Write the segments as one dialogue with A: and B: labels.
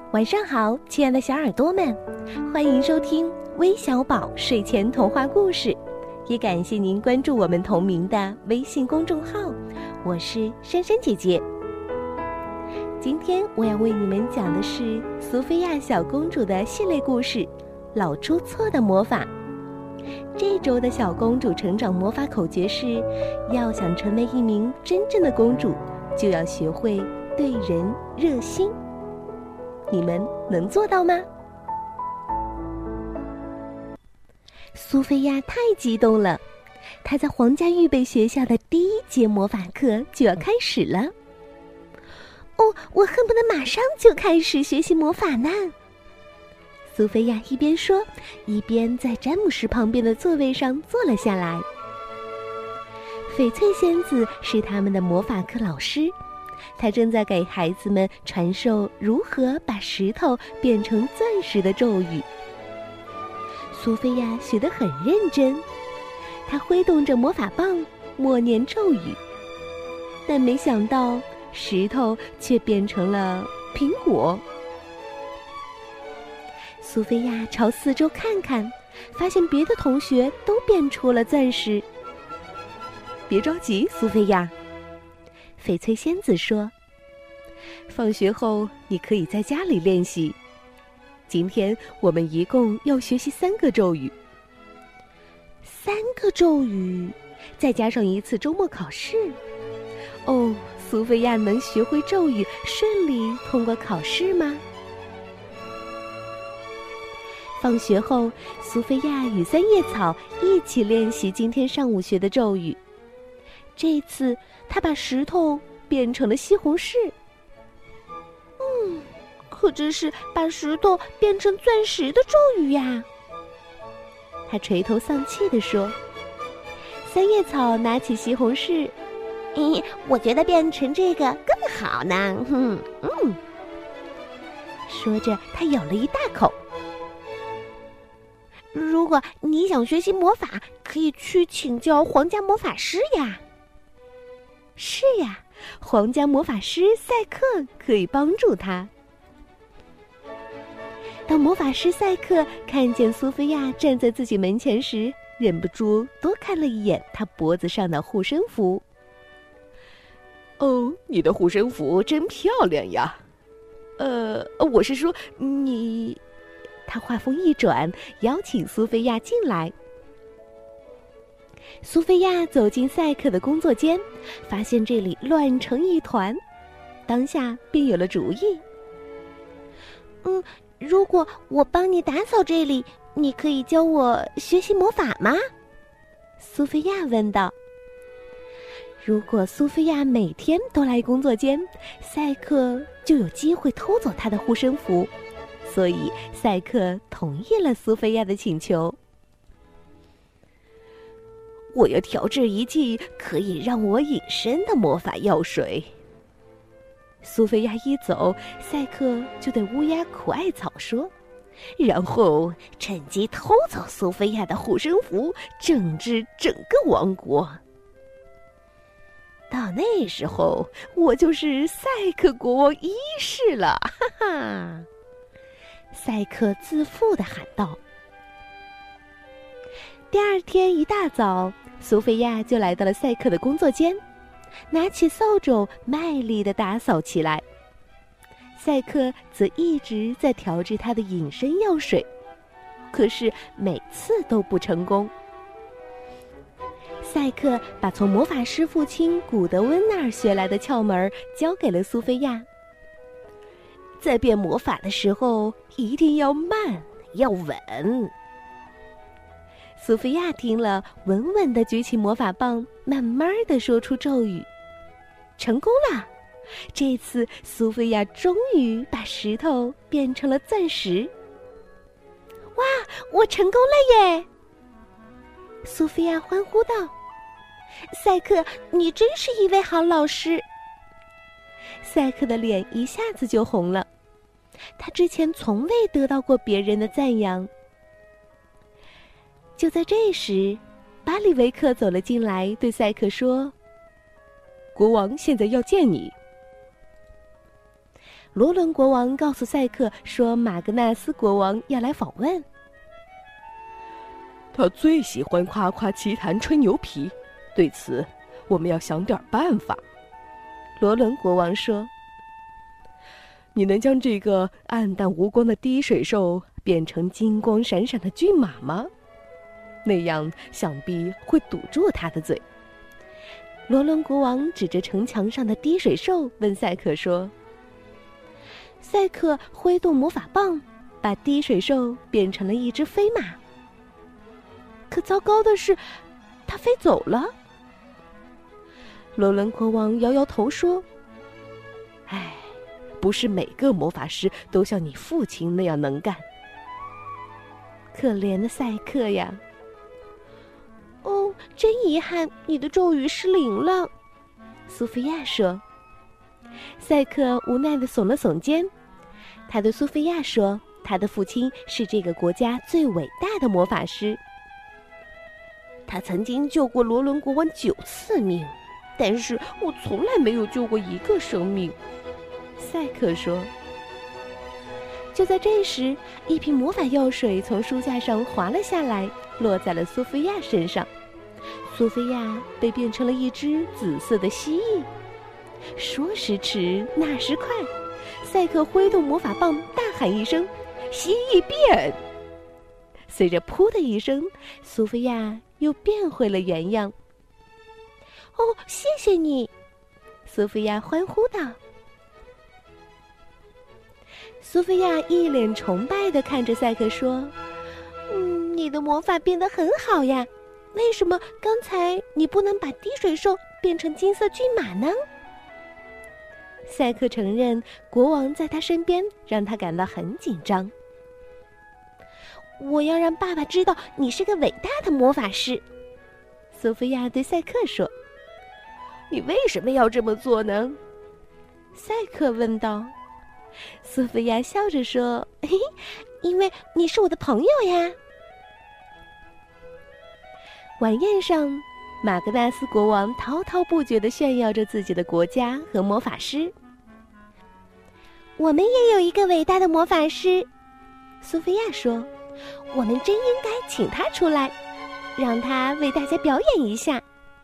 A: 晚上好，亲爱的小耳朵们，欢迎收听微小宝睡前童话故事，也感谢您关注我们同名的微信公众号，我是珊珊姐姐。今天我要为你们讲的是苏菲亚小公主的系列故事《老出错的魔法》。这周的小公主成长魔法口诀是：要想成为一名真正的公主，就要学会对人热心。你们能做到吗？苏菲亚太激动了，她在皇家预备学校的第一节魔法课就要开始了。我恨不得马上就开始学习魔法呢。苏菲亚一边说，一边在詹姆士旁边的座位上坐了下来。翡翠仙子是他们的魔法课老师，她正在给孩子们传授如何把石头变成钻石的咒语。苏菲亚学得很认真，她挥动着魔法棒，默念咒语，但没想到石头却变成了苹果。苏菲亚朝四周看看，发现别的同学都变出了钻石。别着急，苏菲亚，翡翠仙子说，放学后你可以在家里练习。今天我们一共要学习3个咒语。3个咒语，再加上一次周末考试。苏菲亚能学会咒语，顺利通过考试吗？放学后，苏菲亚与三叶草一起练习今天上午学的咒语。这次她把石头变成了西红柿。可这是把石头变成钻石的咒语呀！她垂头丧气地说。三叶草拿起西红柿，
B: 我觉得变成这个更好呢。
A: 说着，她咬了一大口。
B: 如果你想学习魔法，可以去请教皇家魔法师呀。
A: 是呀，皇家魔法师赛克可以帮助他。当魔法师赛克看见苏菲亚站在自己门前时，忍不住多看了一眼她脖子上的护身符。
C: 你的护身符真漂亮呀。
A: 我是说你……他话锋一转，邀请苏菲亚进来。苏菲亚走进赛克的工作间，发现这里乱成一团，当下便有了主意。
B: 如果我帮你打扫这里，你可以教我学习魔法吗？
A: 苏菲亚问道。如果苏菲亚每天都来工作间，赛克就有机会偷走她的护身符，所以赛克同意了苏菲亚的请求。
C: 我要调制一剂可以让我隐身的魔法药水。
A: 苏菲亚一走，赛克就对乌鸦苦艾草说，
C: 然后趁机偷走苏菲亚的护身符，整治整个王国。到那时候，我就是赛克国王一世了，哈哈！
A: 赛克自负地喊道。第二天一大早，苏菲亚就来到了赛克的工作间，拿起扫帚卖力地打扫起来。赛克则一直在调制他的隐身药水，可是每次都不成功。赛克把从魔法师父亲古德温那儿学来的窍门交给了苏菲亚。
C: 在变魔法的时候，一定要慢，要稳。
A: 苏菲亚听了，稳稳地举起魔法棒，慢慢地说出咒语。成功了！这次苏菲亚终于把石头变成了钻石。
B: 哇，我成功了耶！
A: 苏菲亚欢呼道。
B: 赛克，你真是一位好老师。
A: 赛克的脸一下子就红了，他之前从未得到过别人的赞扬。就在这时，巴里维克走了进来，对赛克说：“
C: 国王现在要见你。”
A: 罗伦国王告诉赛克说，马格纳斯国王要来访问。
C: 他最喜欢夸夸其谈吹牛皮，对此我们要想点办法。
A: 罗伦国王说：“
C: 你能将这个暗淡无光的滴水兽变成金光闪闪的骏马吗？那样想必会堵住他的嘴。”
A: 罗伦国王指着城墙上的滴水兽问赛克说：“赛克挥动魔法棒，把滴水兽变成了一只飞马。可糟糕的是，它飞走了。”罗伦国王摇摇头说：“
C: 唉，不是每个魔法师都像你父亲那样能干。”
A: 可怜的赛克呀！
B: 哦，真遗憾，你的咒语失灵了。”
A: 苏菲亚说。赛克无奈地耸了耸肩，他对苏菲亚说：“他的父亲是这个国家最伟大的魔法师。
B: 他曾经救过罗伦国王9次命，但是我从来没有救过一个生命。”
A: 赛克说。就在这时，一瓶魔法药水从书架上滑了下来，落在了苏菲亚身上。苏菲亚被变成了一只紫色的蜥蜴。说时迟，那时快，赛克挥动魔法棒，大喊一声：“蜥蜴变！”随着“噗”的一声，苏菲亚又变回了原样。
B: “哦，谢谢你！”
A: 苏菲亚欢呼道。苏菲亚一脸崇拜地看着赛克说：“
B: 你的魔法变得很好呀，为什么刚才你不能把滴水兽变成金色骏马呢？”
A: 赛克承认国王在他身边让他感到很紧张。
B: “我要让爸爸知道你是个伟大的魔法师。”
A: 苏菲亚对赛克说。
C: “你为什么要这么做呢？”
A: 赛克问道。苏菲亚笑着说：“
B: 嘿，因为你是我的朋友呀。”
A: 晚宴上，马格纳斯国王滔滔不绝地炫耀着自己的国家和魔法师。
B: “我们也有一个伟大的魔法师。”苏菲亚说，“我们真应该请他出来，让他为大家表演一下。”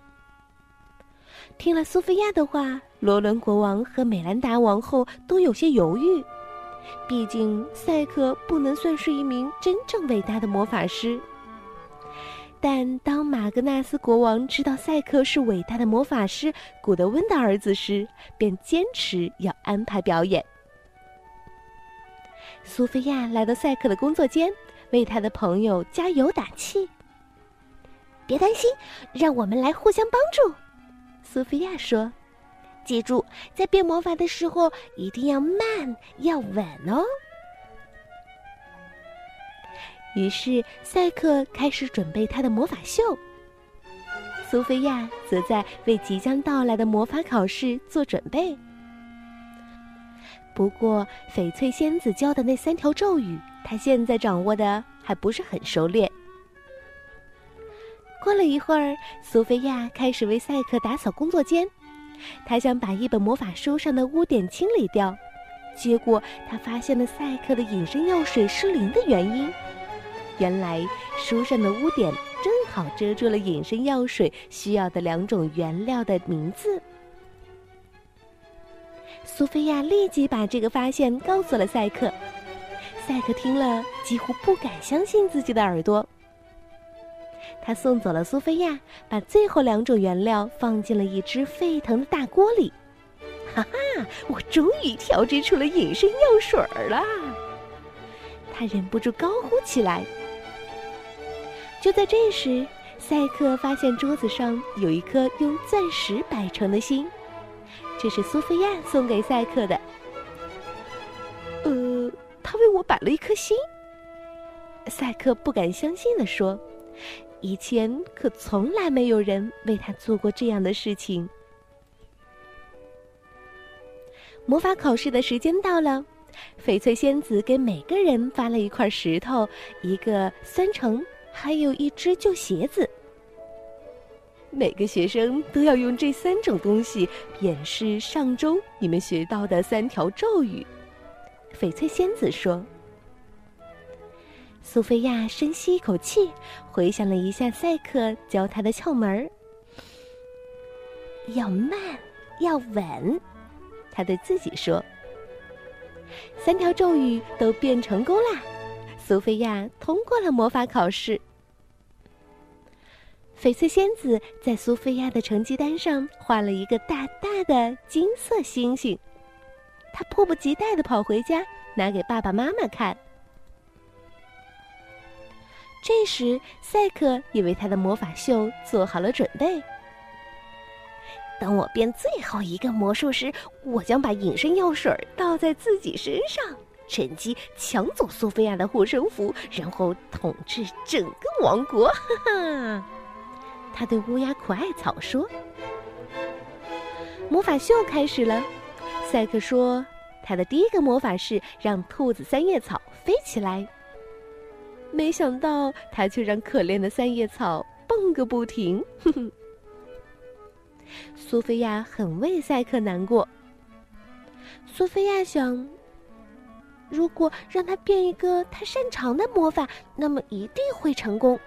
A: 听了苏菲亚的话，罗伦国王和美兰达王后都有些犹豫，毕竟赛克不能算是一名真正伟大的魔法师。但当马格纳斯国王知道赛克是伟大的魔法师古德温的儿子时，便坚持要安排表演。苏菲亚来到赛克的工作间，为他的朋友加油打气。
B: “别担心，让我们来互相帮助。”
A: 苏菲亚说，“
B: 记住，在变魔法的时候一定要慢，要稳哦。”
A: 于是赛克开始准备他的魔法秀，苏菲亚则在为即将到来的魔法考试做准备。不过翡翠仙子教的那3条咒语，她现在掌握的还不是很熟练。过了一会儿，苏菲亚开始为赛克打扫工作间，她想把一本魔法书上的污点清理掉，结果她发现了赛克的隐身药水失灵的原因。原来书上的污点正好遮住了隐身药水需要的2种原料的名字。苏菲亚立即把这个发现告诉了赛克，赛克听了几乎不敢相信自己的耳朵。他送走了苏菲亚，把最后2种原料放进了一只沸腾的大锅里。哈哈，我终于调制出了隐身药水了！他忍不住高呼起来。就在这时，赛克发现桌子上有一颗用钻石摆成的心，这是苏菲亚送给赛克的。他为我摆了一颗心？赛克不敢相信地说，以前可从来没有人为他做过这样的事情。魔法考试的时间到了，翡翠仙子给每个人发了一块石头、一个酸橙，还有一只旧鞋子。每个学生都要用这3种东西演示上周你们学到的3条咒语， 翡翠仙子说。苏菲亚深吸一口气，回想了一下赛克教她的窍门儿：要慢，要稳。她对自己说。3条咒语都变成功啦，苏菲亚通过了魔法考试。翡翠仙子在苏菲亚的成绩单上画了一个大大的金色星星，她迫不及待地跑回家，拿给爸爸妈妈看。这时，赛克也为他的魔法秀做好了准备。当我变最后一个魔术时，我将把隐身药水倒在自己身上，趁机抢走苏菲亚的护身符，然后统治整个王国。哈哈！他对乌鸦苦艾草说。魔法秀开始了。赛克说，他的第一个魔法是让兔子三叶草飞起来。没想到他却让可怜的三叶草蹦个不停。哼哼。苏菲亚很为赛克难过。苏菲亚想，如果让他变一个他擅长的魔法，那么一定会成功。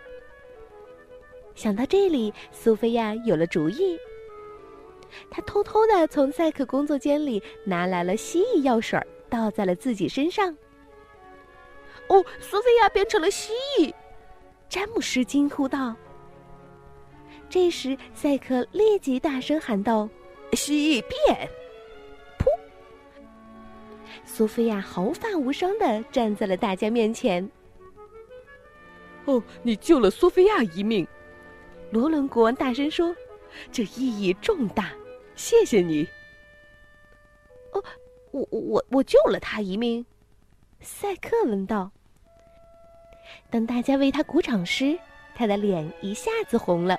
A: 想到这里，苏菲亚有了主意。她偷偷地从赛克工作间里拿来了蜥蜴药水，倒在了自己身上。哦，苏菲亚变成了蜥蜴！詹姆斯惊呼道。这时，赛克立即大声喊道：“蜥蜴变！”噗！苏菲亚毫发无伤地站在了大家面前。
C: 哦，你救了苏菲亚一命！
A: 罗伦国王大声说：“
C: 这意义重大，谢谢你。”
A: 哦，我救了他一命。赛克问道。当大家为他鼓掌时，他的脸一下子红了。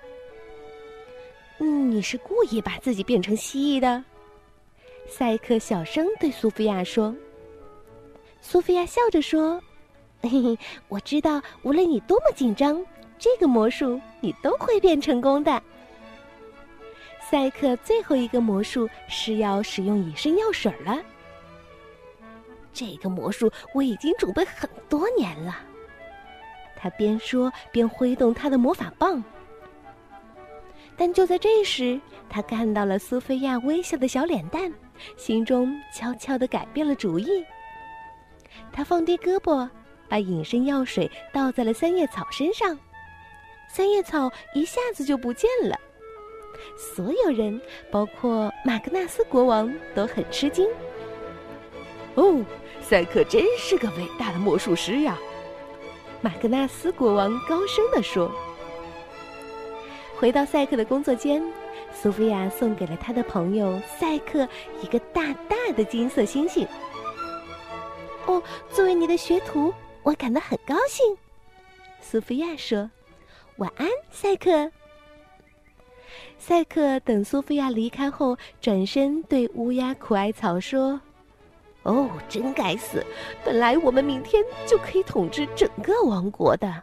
A: 你是故意把自己变成蜥蜴的？赛克小声对苏菲亚说。苏菲亚笑着说：“嘿嘿，我知道，无论你多么紧张，这个魔术你都会变成功的。”赛克最后一个魔术是要使用隐身药水了。这个魔术我已经准备很多年了。他边说边挥动他的魔法棒。但就在这时，他看到了苏菲亚微笑的小脸蛋，心中悄悄地改变了主意。他放低胳膊，把隐身药水倒在了三叶草身上，三叶草一下子就不见了。所有人，包括马格纳斯国王，都很吃惊。
C: 哦，赛克真是个伟大的魔术师呀！
A: 马格纳斯国王高声地说。回到赛克的工作间，苏菲亚送给了他的朋友赛克一个大大的金色星星。哦，作为你的学徒，我感到很高兴。苏菲亚说。晚安，赛克。赛克等苏菲亚离开后，转身对乌鸦苦艾草说：“哦，真该死！本来我们明天就可以统治整个王国的。”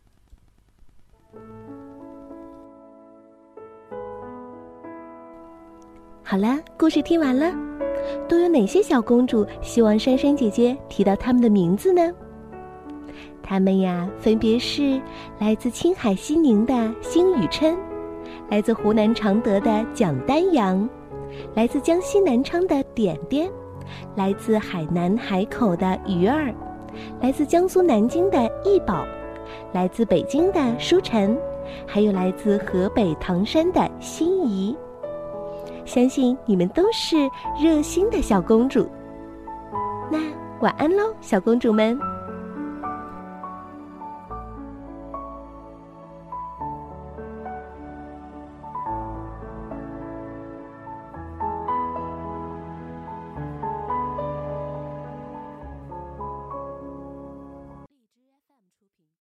A: 好了，故事听完了，都有哪些小公主希望珊珊姐姐提到她们的名字呢？她们呀，分别是来自青海西宁的辛雨琛，来自湖南常德的蒋丹阳，来自江西南昌的点点，来自海南海口的鱼儿，来自江苏南京的易宝，来自北京的舒晨，还有来自河北唐山的心怡。相信你们都是热心的小公主。那晚安喽，小公主们。